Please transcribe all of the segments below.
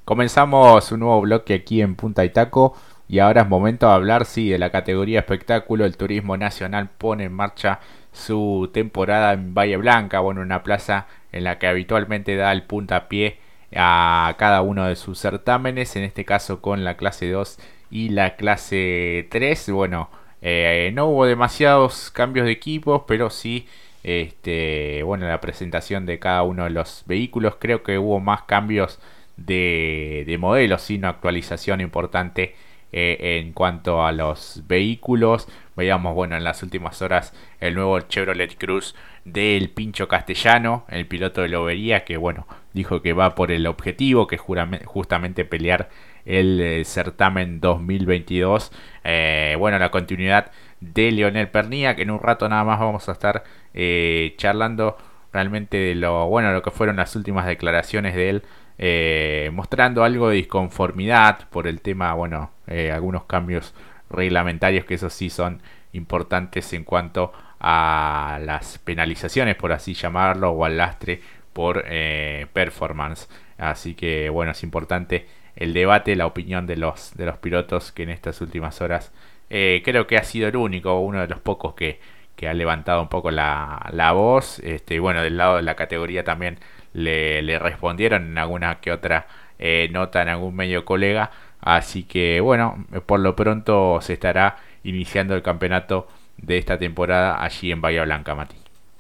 Comenzamos un nuevo bloque aquí en Punta Itaco y ahora es momento de hablar, sí, de la categoría espectáculo. El Turismo Nacional pone en marcha su temporada en Bahía Blanca, bueno, una plaza en la que habitualmente da el puntapié a cada uno de sus certámenes, en este caso con la clase 2 y la clase 3. Bueno, no hubo demasiados cambios de equipos, pero sí bueno, la presentación de cada uno de los vehículos. Creo que hubo más cambios de modelos, sino actualización importante en cuanto a los vehículos. Veíamos, bueno, en las últimas horas el nuevo Chevrolet Cruz del Pincho Castellano, el piloto de Lobería, que bueno, dijo que va por el objetivo, que es justamente pelear el certamen 2022. Bueno, la continuidad de Leonel Pernía, que en un rato nada más vamos a estar charlando realmente de lo bueno, lo que fueron las últimas declaraciones de él, mostrando algo de disconformidad por el tema, bueno, algunos cambios reglamentarios que esos sí son importantes en cuanto a las penalizaciones, por así llamarlo, o al lastre por performance. Así que bueno, es importante el debate, la opinión de los pilotos, que en estas últimas horas creo que ha sido el único, uno de los pocos que ha levantado un poco la voz. Y bueno, del lado de la categoría también le respondieron en alguna que otra nota en algún medio colega. Así que bueno, por lo pronto se estará iniciando el campeonato de esta temporada allí en Bahía Blanca, Mati.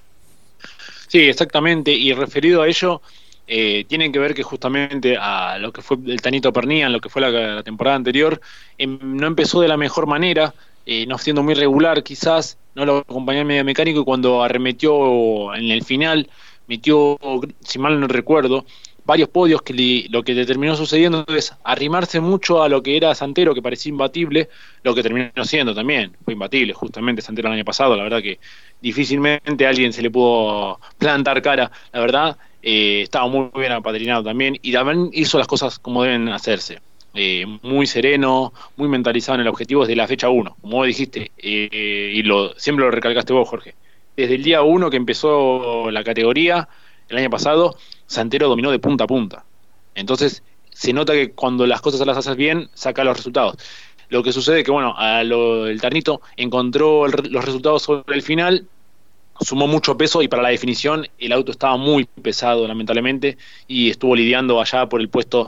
Sí, exactamente. Y referido a ello, tiene que ver que justamente a lo que fue el Tanito Pernía, en lo que fue la temporada anterior, no empezó de la mejor manera, no siendo muy regular quizás, no lo acompañó el medio mecánico y cuando arremetió en el final, metió, si mal no recuerdo, varios podios que lo que le terminó sucediendo es arrimarse mucho a lo que era Santero, que parecía imbatible, lo que terminó siendo también, fue imbatible justamente Santero el año pasado, la verdad que difícilmente a alguien se le pudo plantar cara, la verdad. Estaba muy bien apadrinado también y también hizo las cosas como deben hacerse. Muy sereno, muy mentalizado en el objetivo desde la fecha uno, como vos dijiste, y siempre lo recalcaste vos, Jorge. Desde el día uno que empezó la categoría, el año pasado, Santero dominó de punta a punta. Entonces, se nota que cuando las cosas las haces bien, saca los resultados. Lo que sucede es que, bueno, el Ternito encontró los resultados sobre el final, sumó mucho peso y para la definición el auto estaba muy pesado lamentablemente y estuvo lidiando allá por el puesto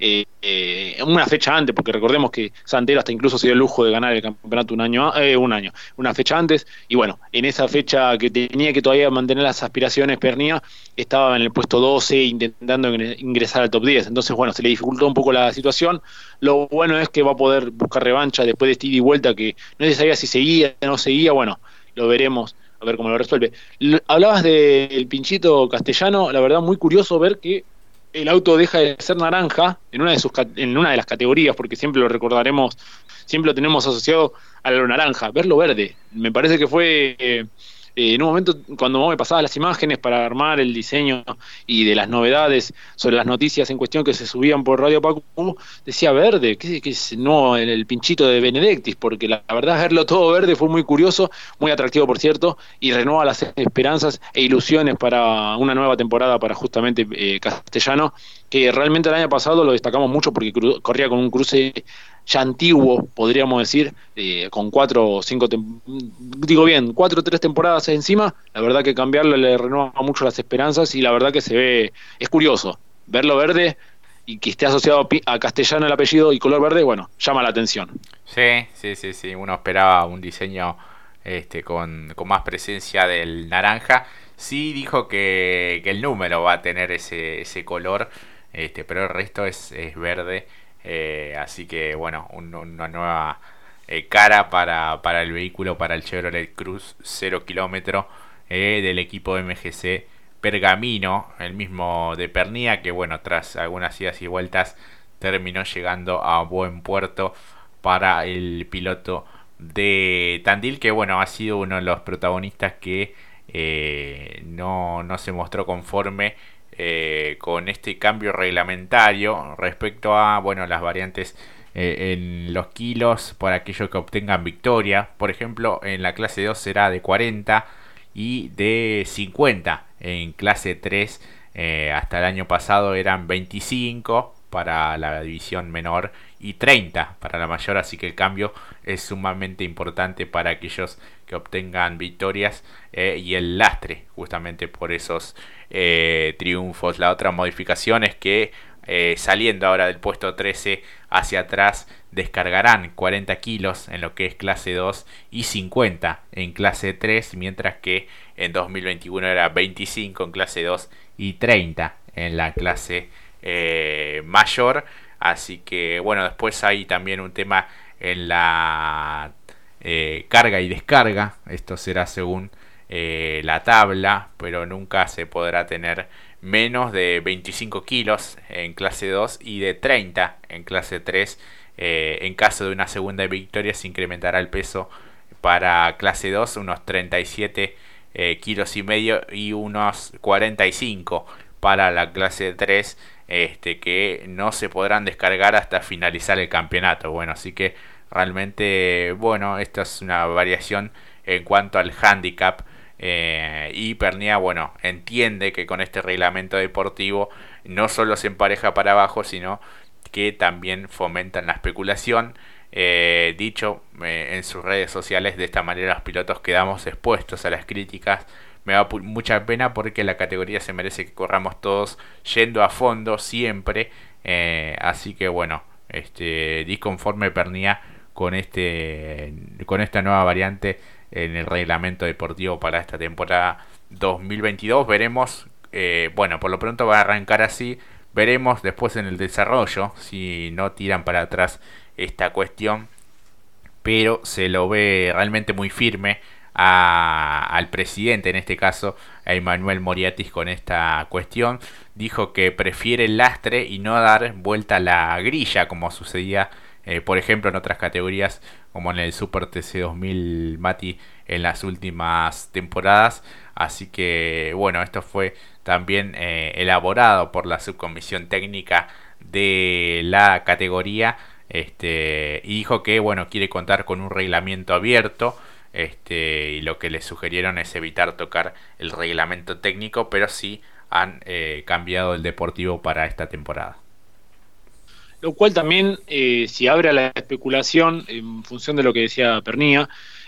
una fecha antes, porque recordemos que Santero hasta incluso se dio el lujo de ganar el campeonato una fecha antes, y bueno, en esa fecha que tenía que todavía mantener las aspiraciones Pernía, estaba en el puesto 12 intentando ingresar al top 10, entonces bueno, se le dificultó un poco la situación. Lo bueno es que va a poder buscar revancha después de este ida y vuelta, que no se sabía si seguía o no seguía, bueno, lo veremos a ver cómo lo resuelve. Hablabas del Pinchito Castellano, la verdad muy curioso ver que el auto deja de ser naranja en una de las categorías, porque siempre lo recordaremos, siempre lo tenemos asociado a lo naranja, verlo verde. Me parece que fue en un momento cuando vos me pasabas las imágenes para armar el diseño y de las novedades sobre las noticias en cuestión que se subían por Radio Pacu, decía verde, ¿qué es? No, el pinchito de Benedictis, porque la verdad verlo todo verde fue muy curioso, muy atractivo por cierto, y renueva las esperanzas e ilusiones para una nueva temporada para justamente Castellano, que realmente el año pasado lo destacamos mucho porque corría con un cruce ya antiguo, podríamos decir, con cuatro o cinco, digo bien, cuatro o tres temporadas encima, la verdad que cambiarlo le renueva mucho las esperanzas y la verdad que se ve, es curioso, verlo verde y que esté asociado a Castellano el apellido y color verde, bueno, llama la atención. Sí, sí, sí, sí. Uno esperaba un diseño con más presencia del naranja. Sí dijo que el número va a tener ese color, pero el resto es verde. Así que bueno, una nueva cara para el vehículo, para el Chevrolet Cruz 0 kilómetro del equipo MGC Pergamino, el mismo de Pernía, que bueno, tras algunas idas y vueltas terminó llegando a buen puerto para el piloto de Tandil, que bueno, ha sido uno de los protagonistas que no se mostró conforme con este cambio reglamentario respecto a bueno, las variantes en los kilos para aquellos que obtengan victoria. Por ejemplo, en la clase 2 será de 40 y de 50 en clase 3. Hasta el año pasado eran 25 para la división menor y 30 para la mayor, así que el cambio es sumamente importante para aquellos que obtengan victorias y el lastre justamente por esos triunfos. La otra modificación es que saliendo ahora del puesto 13 hacia atrás descargarán 40 kilos en lo que es clase 2 y 50 en clase 3, mientras que en 2021 era 25 en clase 2 y 30 en la clase mayor. Así que bueno, después hay también un tema en la carga y descarga. Esto será según la tabla, pero nunca se podrá tener menos de 25 kilos en clase 2 y de 30 en clase 3. En caso de una segunda victoria se incrementará el peso para clase 2 unos 37 kilos y medio y unos 45 para la clase 3, que no se podrán descargar hasta finalizar el campeonato. Bueno, así que realmente, bueno, esta es una variación en cuanto al handicap. Y Pernía, bueno, entiende que con este reglamento deportivo no solo se empareja para abajo, sino que también fomentan la especulación. Dicho en sus redes sociales, de esta manera los pilotos quedamos expuestos a las críticas. Me da mucha pena porque la categoría se merece que corramos todos yendo a fondo siempre. Así que bueno, disconforme Pernía con esta nueva variante en el reglamento deportivo para esta temporada 2022. Veremos, bueno, por lo pronto va a arrancar así. Veremos después en el desarrollo si no tiran para atrás esta cuestión, pero se lo ve realmente muy firme al presidente, en este caso a Emmanuel Moriatis, con esta cuestión. Dijo que prefiere el lastre y no dar vuelta a la grilla como sucedía por ejemplo en otras categorías como en el Super TC 2000 Mati en las últimas temporadas. Así que bueno, esto fue también elaborado por la subcomisión técnica de la categoría, y dijo que bueno, quiere contar con un reglamento abierto, y lo que le sugirieron es evitar tocar el reglamento técnico, pero sí han cambiado el deportivo para esta temporada. Lo cual también, si abre a la especulación, en función de lo que decía Pernía,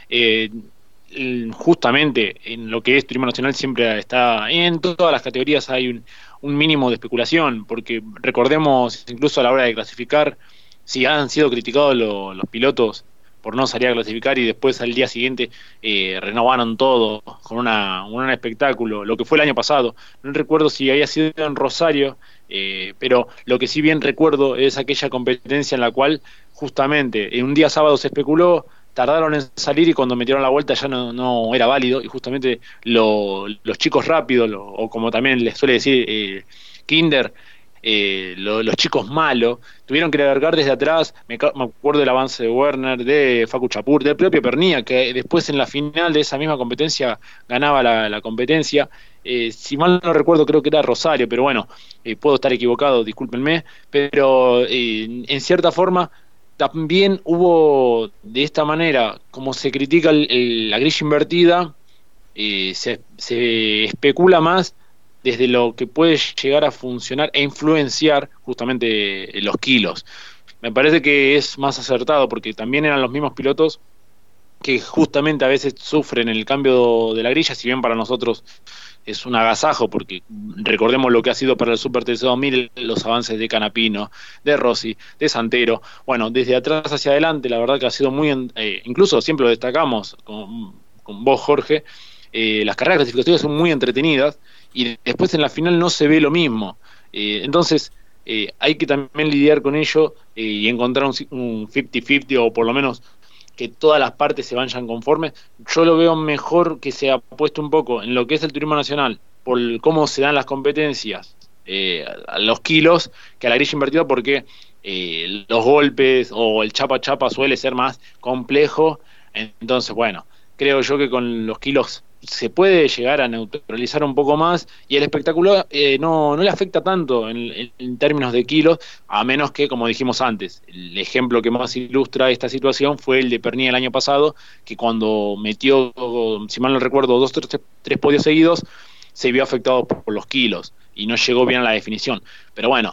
justamente en lo que es turismo nacional siempre está, en todas las categorías hay un mínimo de especulación, porque recordemos, incluso a la hora de clasificar, si han sido criticados los pilotos por no salir a clasificar y después al día siguiente renovaron todo con un espectáculo, lo que fue el año pasado. No recuerdo si había sido en Rosario, pero lo que sí bien recuerdo es aquella competencia en la cual justamente en un día sábado se especuló, tardaron en salir y cuando metieron la vuelta ya no era válido, y justamente los chicos rápidos, o como también les suele decir Kinder, los chicos malos, tuvieron que largar desde atrás. Me acuerdo del avance de Werner, de Facu Chapur, del propio Pernía, que después en la final de esa misma competencia ganaba la competencia. Si mal no recuerdo, creo que era Rosario, pero bueno, puedo estar equivocado, discúlpenme, pero en cierta forma también hubo, de esta manera, como se critica la grilla invertida, se especula más desde lo que puede llegar a funcionar e influenciar justamente los kilos. Me parece que es más acertado porque también eran los mismos pilotos que justamente a veces sufren el cambio de la grilla, si bien para nosotros es un agasajo, porque recordemos lo que ha sido para el Super TC 2000 los avances de Canapino, de Rossi, de Santero. Bueno, desde atrás hacia adelante, la verdad que ha sido muy, incluso siempre lo destacamos con vos, Jorge, las carreras clasificatorias son muy entretenidas y después en la final no se ve lo mismo. Entonces hay que también lidiar con ello y encontrar un 50-50, o por lo menos que todas las partes se vayan conformes. Yo lo veo mejor que se apueste un poco en lo que es el turismo nacional, por cómo se dan las competencias, a los kilos, que a la grilla invertida, porque los golpes o el chapa chapa suele ser más complejo. Entonces, bueno, creo yo que con los kilos se puede llegar a neutralizar un poco más y el espectáculo no le afecta tanto en términos de kilos, a menos que, como dijimos antes, el ejemplo que más ilustra esta situación fue el de Pernía el año pasado, que cuando metió, si mal no recuerdo, tres podios seguidos, se vio afectado por los kilos y no llegó bien a la definición. Pero bueno,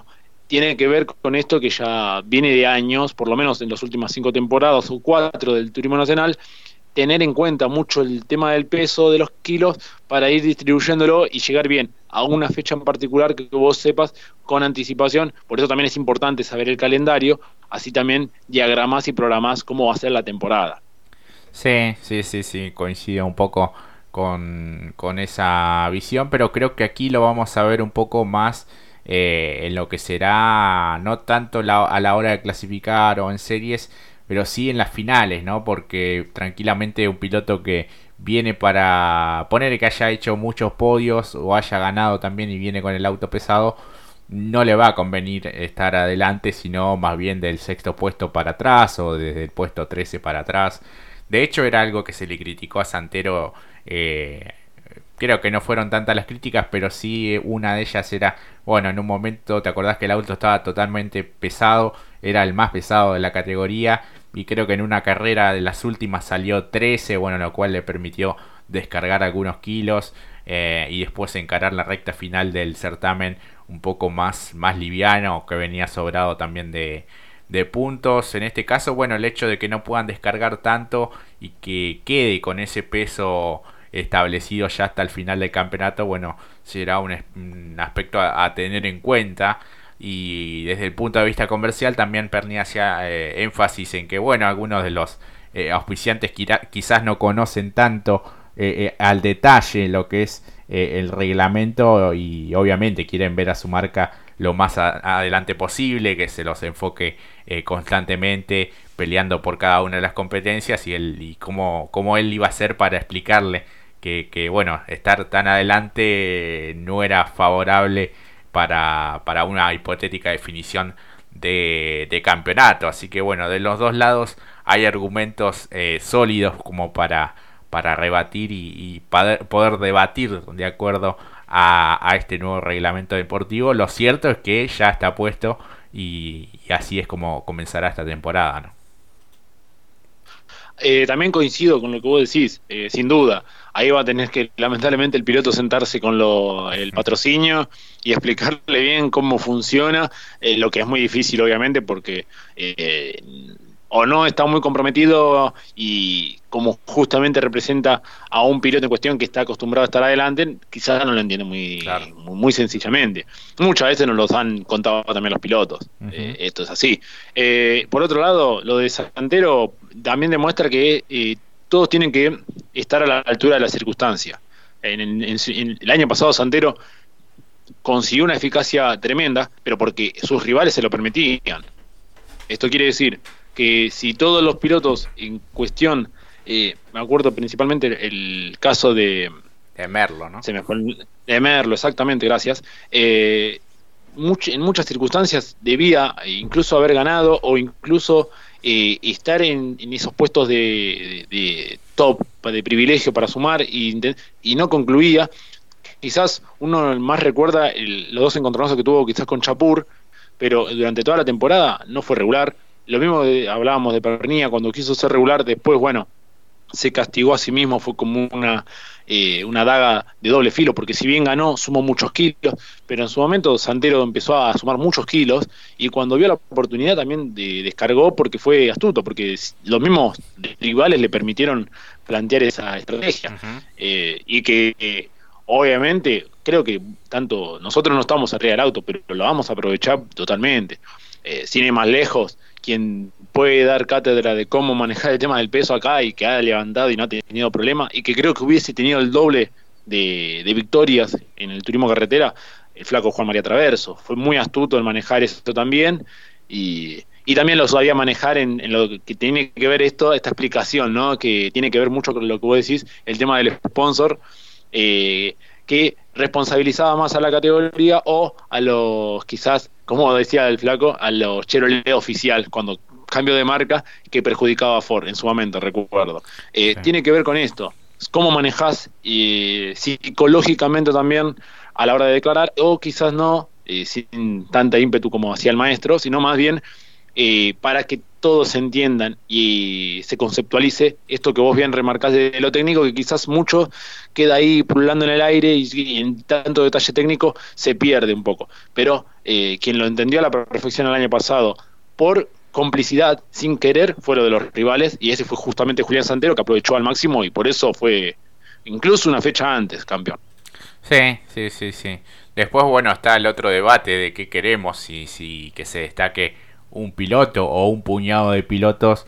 tiene que ver con esto que ya viene de años, por lo menos en las últimas 5 temporadas o 4 del Turismo Nacional, tener en cuenta mucho el tema del peso de los kilos para ir distribuyéndolo y llegar bien a una fecha en particular que vos sepas con anticipación. Por eso también es importante saber el calendario, así también diagramás y programás cómo va a ser la temporada. Sí, sí, sí, sí, coincido un poco con esa visión, pero creo que aquí lo vamos a ver un poco más en lo que será, no tanto a la hora de clasificar o en series, pero sí en las finales, ¿no? Porque tranquilamente un piloto que viene para poner que haya hecho muchos podios o haya ganado también y viene con el auto pesado, no le va a convenir estar adelante, sino más bien del sexto puesto para atrás o desde el puesto 13 para atrás. De hecho, era algo que se le criticó a Santero. Creo que no fueron tantas las críticas, pero sí una de ellas era, bueno, en un momento te acordás que el auto estaba totalmente pesado, era el más pesado de la categoría, y creo que en una carrera de las últimas salió 13, bueno, lo cual le permitió descargar algunos kilos y después encarar la recta final del certamen un poco más liviano, que venía sobrado también de puntos. En este caso, bueno, el hecho de que no puedan descargar tanto y que quede con ese peso establecido ya hasta el final del campeonato, bueno, será un aspecto a tener en cuenta. Y desde el punto de vista comercial también Perni hacía énfasis en que, bueno, algunos de los auspiciantes quizás no conocen tanto al detalle lo que es el reglamento, y obviamente quieren ver a su marca lo más adelante posible, que se los enfoque constantemente peleando por cada una de las competencias, y cómo él iba a hacer para explicarle que bueno, estar tan adelante no era favorable para una hipotética definición de campeonato. Así que bueno, de los dos lados hay argumentos sólidos como para rebatir y poder debatir de acuerdo a este nuevo reglamento deportivo. Lo cierto es que ya está puesto y así es como comenzará esta temporada, ¿no? También coincido con lo que vos decís, sin duda. Ahí va a tener que, lamentablemente, el piloto sentarse con el patrocinio y explicarle bien cómo funciona, lo que es muy difícil, obviamente, porque o no está muy comprometido y como justamente representa a un piloto en cuestión que está acostumbrado a estar adelante, quizás no lo entiende Claro. muy sencillamente. Muchas veces nos los han contado también los pilotos. Uh-huh. Esto es así. Por otro lado, lo de Santero también demuestra que todos tienen que estar a la altura de la circunstancia. En el año pasado Santero consiguió una eficacia tremenda, pero porque sus rivales se lo permitían. Esto quiere decir que si todos los pilotos en cuestión, me acuerdo principalmente el caso De Merlo, ¿no? se me fue de Merlo, exactamente, gracias, en muchas circunstancias debía incluso haber ganado o incluso estar en esos puestos de top, de privilegio para sumar y no concluía. Quizás uno más recuerda los dos encontronazos que tuvo quizás con Chapur, pero durante toda la temporada no fue regular. Lo mismo hablábamos de Pernilla cuando quiso ser regular, después, bueno, se castigó a sí mismo, fue como una daga de doble filo, porque si bien ganó, sumó muchos kilos, pero en su momento Santero empezó a sumar muchos kilos, y cuando vio la oportunidad también descargó porque fue astuto, porque los mismos rivales le permitieron plantear esa estrategia, Uh-huh. y que obviamente creo que tanto nosotros no estamos arriba del auto, pero lo vamos a aprovechar totalmente. Sin ir más lejos, quien puede dar cátedra de cómo manejar el tema del peso acá y que ha levantado y no ha tenido problema, y que creo que hubiese tenido el doble de victorias en el turismo carretera, el flaco Juan María Traverso. Fue muy astuto en manejar esto también, y también lo sabía manejar en lo que tiene que ver esta explicación, ¿no? Que tiene que ver mucho con lo que vos decís, el tema del sponsor, que responsabilizaba más a la categoría o a los, quizás, como decía el flaco, a los Chevrolet oficial, cuando cambio de marca, que perjudicaba a Ford en su momento, recuerdo. Sí. Tiene que ver con esto, cómo manejás psicológicamente también a la hora de declarar, o quizás no sin tanta ímpetu como hacía el maestro, sino más bien para que todos se entiendan y se conceptualice esto que vos bien remarcás de lo técnico, que quizás mucho queda ahí pululando en el aire y en tanto detalle técnico se pierde un poco. Pero quien lo entendió a la perfección el año pasado por complicidad, sin querer, fue lo de los rivales, y ese fue justamente Julián Santero, que aprovechó al máximo y por eso fue incluso una fecha antes campeón. Sí, sí, sí, sí. Después, bueno, está el otro debate de qué queremos, si que se destaque un piloto o un puñado de pilotos,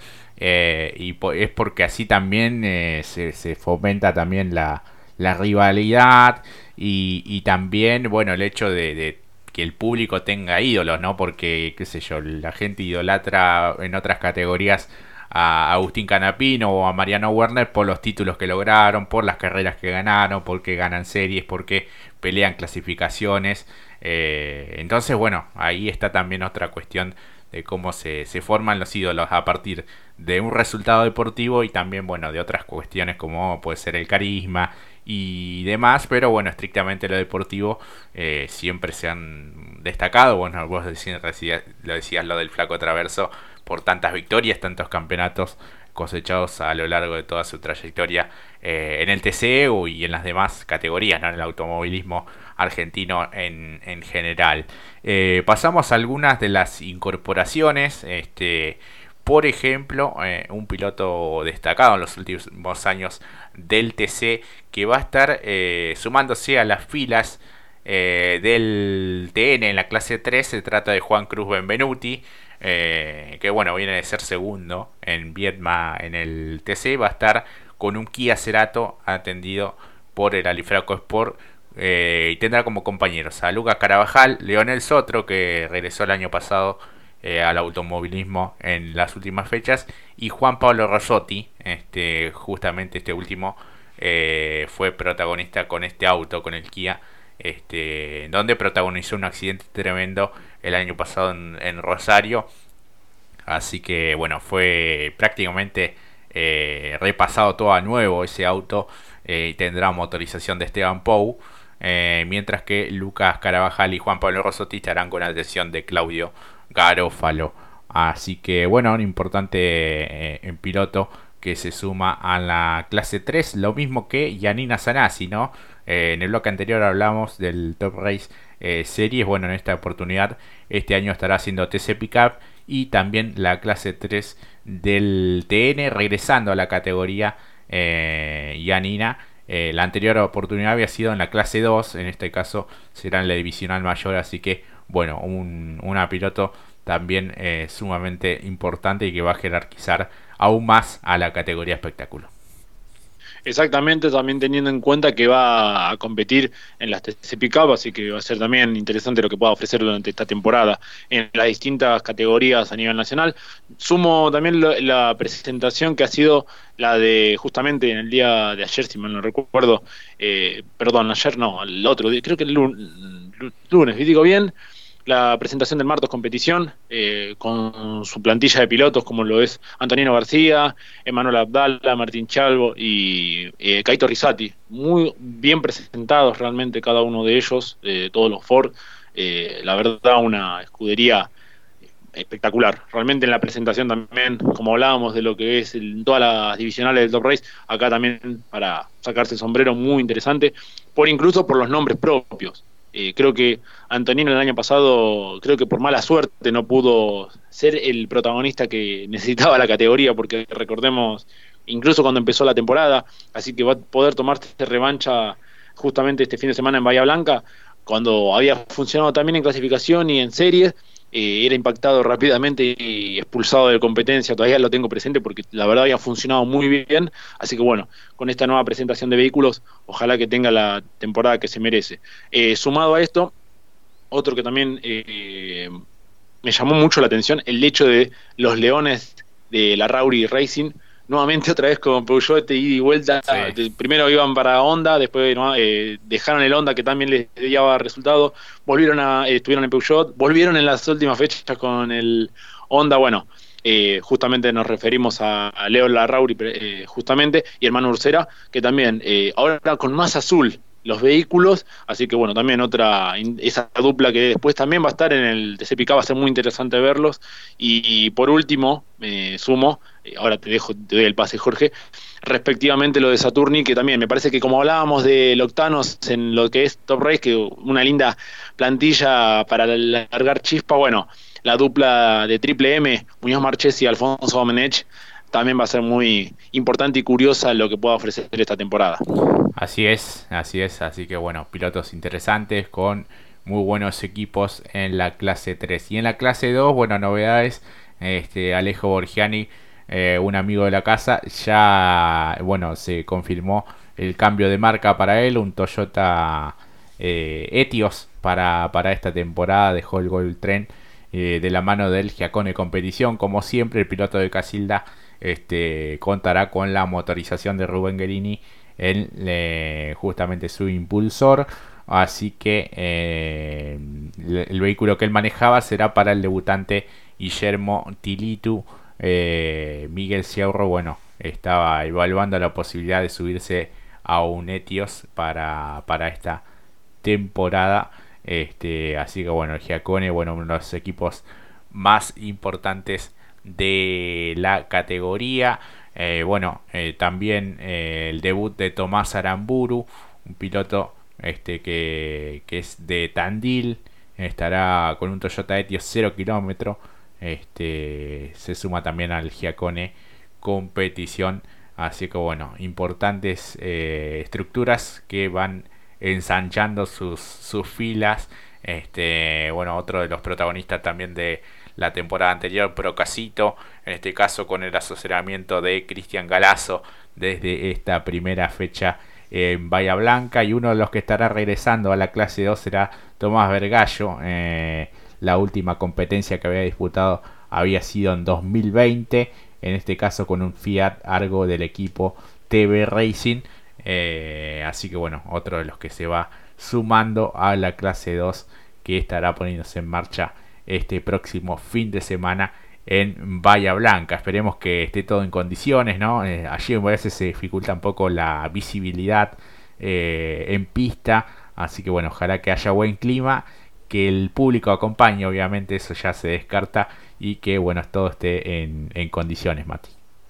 es porque así también se fomenta también la rivalidad y también, bueno, el hecho de que el público tenga ídolos, ¿no? Porque, qué sé yo, la gente idolatra en otras categorías a Agustín Canapino o a Mariano Werner por los títulos que lograron, por las carreras que ganaron, porque ganan series, porque pelean clasificaciones. Entonces, bueno, ahí está también otra cuestión de cómo se forman los ídolos a partir de un resultado deportivo y también, bueno, de otras cuestiones como puede ser el carisma y demás, pero bueno, estrictamente lo deportivo siempre se han destacado. Bueno, vos decías lo del Flaco Traverso por tantas victorias, tantos campeonatos cosechados a lo largo de toda su trayectoria en el TC y en las demás categorías, ¿no? En el automovilismo argentino en general. Pasamos a algunas de las incorporaciones. Por ejemplo, un piloto destacado en los últimos años del TC que va a estar sumándose a las filas del TN en la clase 3. Se trata de Juan Cruz Benvenuti, que bueno, viene de ser segundo en Viedma en el TC. Va a estar con un Kia Cerato atendido por el Alifraco Sport, y tendrá como compañeros a Lucas Carabajal, Leonel Sotro, que regresó el año pasado al automovilismo en las últimas fechas, y Juan Pablo Rossotti. Justamente este último fue protagonista con este auto, con el Kia, donde protagonizó un accidente tremendo el año pasado en Rosario. Así que bueno, fue prácticamente repasado todo a nuevo ese auto. Tendrá motorización de Esteban Pou, mientras que Lucas Carabajal y Juan Pablo Rossotti estarán con la atención de Claudio Garófalo. Así que bueno, un importante piloto que se suma a la clase 3, lo mismo que Yanina Sanasi, ¿no? En el bloque anterior hablamos del Top Race Series. Bueno, en esta oportunidad, este año estará haciendo TC Pickup y también la clase 3 del TN, regresando a la categoría Yanina. La anterior oportunidad había sido en la clase 2, en este caso será en la divisional mayor, así que bueno, una piloto también sumamente importante y que va a jerarquizar aún más a la categoría espectáculo. Exactamente, también teniendo en cuenta que va a competir en las TC Pickup, así que va a ser también interesante lo que pueda ofrecer durante esta temporada en las distintas categorías a nivel nacional. Sumo también la presentación que ha sido la de justamente en el día de ayer, si mal no recuerdo, perdón, ayer no, el otro día, creo que el lunes, digo bien, la presentación del Martos Competición, con su plantilla de pilotos como lo es Antonino García, Emanuel Abdala, Martín Chalvo y Kaito Risati. Muy bien presentados realmente cada uno de ellos, todos los Ford. La verdad, una escudería espectacular. Realmente en la presentación también, como hablábamos de lo que es en todas las divisionales del Top Race, acá también para sacarse el sombrero muy interesante, incluso por los nombres propios. Creo que Antonino el año pasado, creo que por mala suerte no pudo ser el protagonista que necesitaba la categoría, porque recordemos, incluso cuando empezó la temporada, así que va a poder tomarse revancha justamente este fin de semana en Bahía Blanca, cuando había funcionado también en clasificación y en series. Era impactado rápidamente y expulsado de competencia. Todavía lo tengo presente porque la verdad había funcionado muy bien, así que bueno, con esta nueva presentación de vehículos, ojalá que tenga la temporada que se merece. Sumado a esto, otro que también me llamó mucho la atención, el hecho de los leones de la Rauri Racing, nuevamente otra vez con Peugeot ida y vuelta. Sí. Primero iban para Honda, después ¿no? Dejaron el Honda, que también les daba resultado, estuvieron en Peugeot, volvieron en las últimas fechas con el Honda. Bueno, justamente nos referimos a Leo Larrauri justamente, y hermano Ursera, que también ahora con más azul, los vehículos, así que bueno, también esa dupla que después también va a estar en el TC va a ser muy interesante verlos. Y por último, sumo, ahora te doy el pase, Jorge, respectivamente lo de Saturni, que también me parece que como hablábamos de Loctanos en lo que es Top Race, que una linda plantilla para largar chispa, bueno, la dupla de Triple M, Muñoz Marchesi y Alfonso Domenech, también va a ser muy importante y curiosa lo que pueda ofrecer esta temporada. Así es, así que bueno, pilotos interesantes con muy buenos equipos en la clase 3. Y en la clase 2, bueno, novedades, Alejo Borgiani, un amigo de la casa, ya, bueno, se confirmó el cambio de marca para él, un Toyota Etios para esta temporada, dejó el Gol Tren de la mano del Giacone Competición. Como siempre, el piloto de Casilda contará con la motorización de Rubén Guerini en justamente su impulsor, así que el vehículo que él manejaba será para el debutante Guillermo Tilitu. Miguel Ciaurro, bueno, estaba evaluando la posibilidad de subirse a un Etios para esta temporada, así que bueno, el Giacone, bueno, uno de los equipos más importantes de la categoría. También el debut de Tomás Aramburu, un piloto que es de Tandil, estará con un Toyota Etios 0 kilómetro. Se suma también al Giacone Competición, así que bueno, importantes estructuras que van ensanchando sus filas. Otro de los protagonistas también de la temporada anterior, Procasito, en este caso con el asesoramiento de Cristian Galazo desde esta primera fecha en Bahía Blanca. Y uno de los que estará regresando a la clase 2 será Tomás Vergallo. La última competencia que había disputado había sido en 2020, en este caso con un Fiat Argo del equipo TB Racing. Así que bueno, otro de los que se va sumando a la clase 2, que estará poniéndose en marcha este próximo fin de semana en Bahía Blanca. Esperemos que esté todo en condiciones, ¿no? Allí a veces se dificulta un poco la visibilidad en pista, así que bueno, ojalá que haya buen clima, que el público acompañe, obviamente eso ya se descarta, y que bueno, todo esté en condiciones, Mati.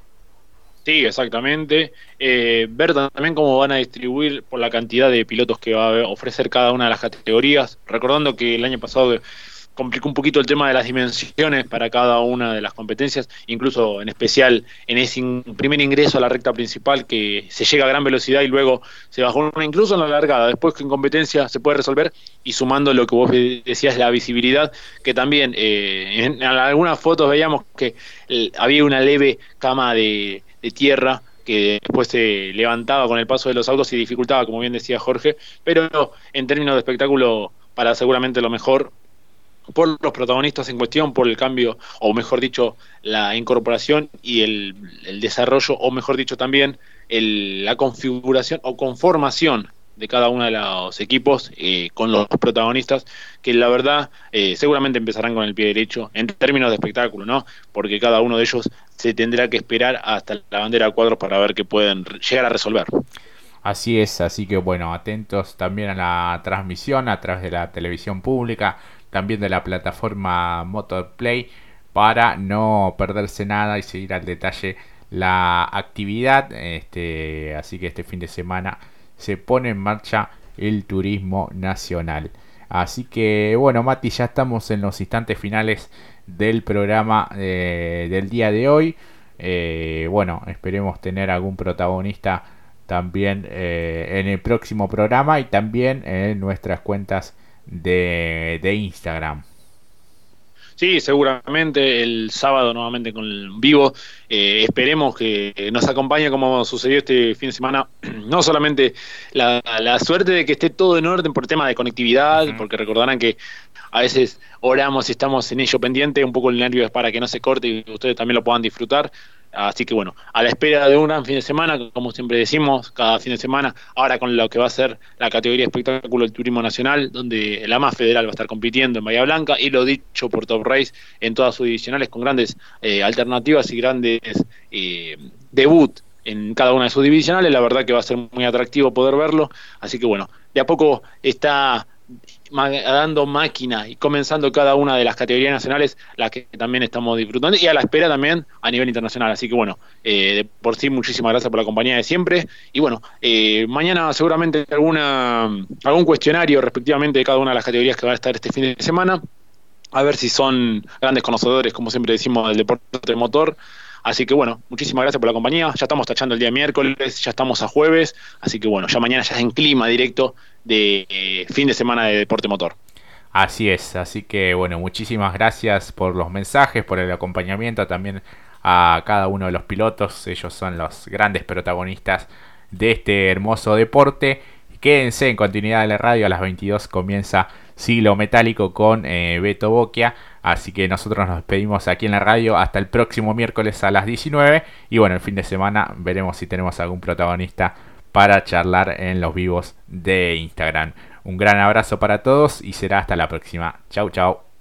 Sí, exactamente. Ver también cómo van a distribuir por la cantidad de pilotos que va a ofrecer cada una de las categorías. Recordando que el año pasado complicó un poquito el tema de las dimensiones para cada una de las competencias, incluso en especial en ese primer ingreso a la recta principal, que se llega a gran velocidad y luego se bajó incluso en la largada. Después que en competencia se puede resolver, y sumando lo que vos decías, la visibilidad, que también en algunas fotos veíamos que había una leve cama de tierra que después se levantaba con el paso de los autos y dificultaba, como bien decía Jorge, pero en términos de espectáculo, para seguramente lo mejor por los protagonistas en cuestión, por el cambio, o mejor dicho, la incorporación y el desarrollo, o mejor dicho también, la configuración o conformación de cada uno de los equipos con los protagonistas, que la verdad seguramente empezarán con el pie derecho en términos de espectáculo, ¿no? Porque cada uno de ellos se tendrá que esperar hasta la bandera de cuadros para ver qué pueden llegar a resolver. Así es, así que bueno, atentos también a la transmisión a través de la televisión pública, también de la plataforma Motorplay, para no perderse nada y seguir al detalle la actividad. Así que este fin de semana se pone en marcha el turismo nacional. Así que bueno, Mati, ya estamos en los instantes finales del programa del día de hoy. Esperemos tener algún protagonista también en el próximo programa, y también en nuestras cuentas de Instagram. Sí, seguramente el sábado nuevamente con el vivo. Esperemos que nos acompañe como sucedió este fin de semana. No solamente la suerte de que esté todo en orden por tema de conectividad, porque recordarán que a veces oramos y estamos en ello pendiente, un poco el nervio es para que no se corte y ustedes también lo puedan disfrutar. Así que bueno, a la espera de un gran fin de semana, como siempre decimos, cada fin de semana, ahora con lo que va a ser la categoría espectáculo del turismo nacional, donde la MAF Federal va a estar compitiendo en Bahía Blanca, y lo dicho por Top Race en todas sus divisionales, con grandes alternativas y grandes debut en cada una de sus divisionales. La verdad que va a ser muy atractivo poder verlo. Así que bueno, de a poco está dando máquina y comenzando cada una de las categorías nacionales, las que también estamos disfrutando y a la espera también a nivel internacional. Así que bueno, de por sí, muchísimas gracias por la compañía de siempre. Y bueno, mañana seguramente algún cuestionario respectivamente de cada una de las categorías que van a estar este fin de semana. A ver si son grandes conocedores, como siempre decimos, del deporte motor. Así que bueno, muchísimas gracias por la compañía. Ya estamos tachando el día miércoles, ya estamos a jueves. Así que bueno, ya mañana ya es en clima directo de fin de semana de deporte motor. Así es, así que bueno, muchísimas gracias por los mensajes, por el acompañamiento también a cada uno de los pilotos. Ellos son los grandes protagonistas de este hermoso deporte. Quédense en continuidad de la radio, a las 22 comienza Siglo Metálico con Beto Boquia. Así que nosotros nos despedimos aquí en la radio hasta el próximo miércoles a las 19. Y bueno, el fin de semana veremos si tenemos algún protagonista para charlar en los vivos de Instagram. Un gran abrazo para todos y será hasta la próxima. Chau, chau.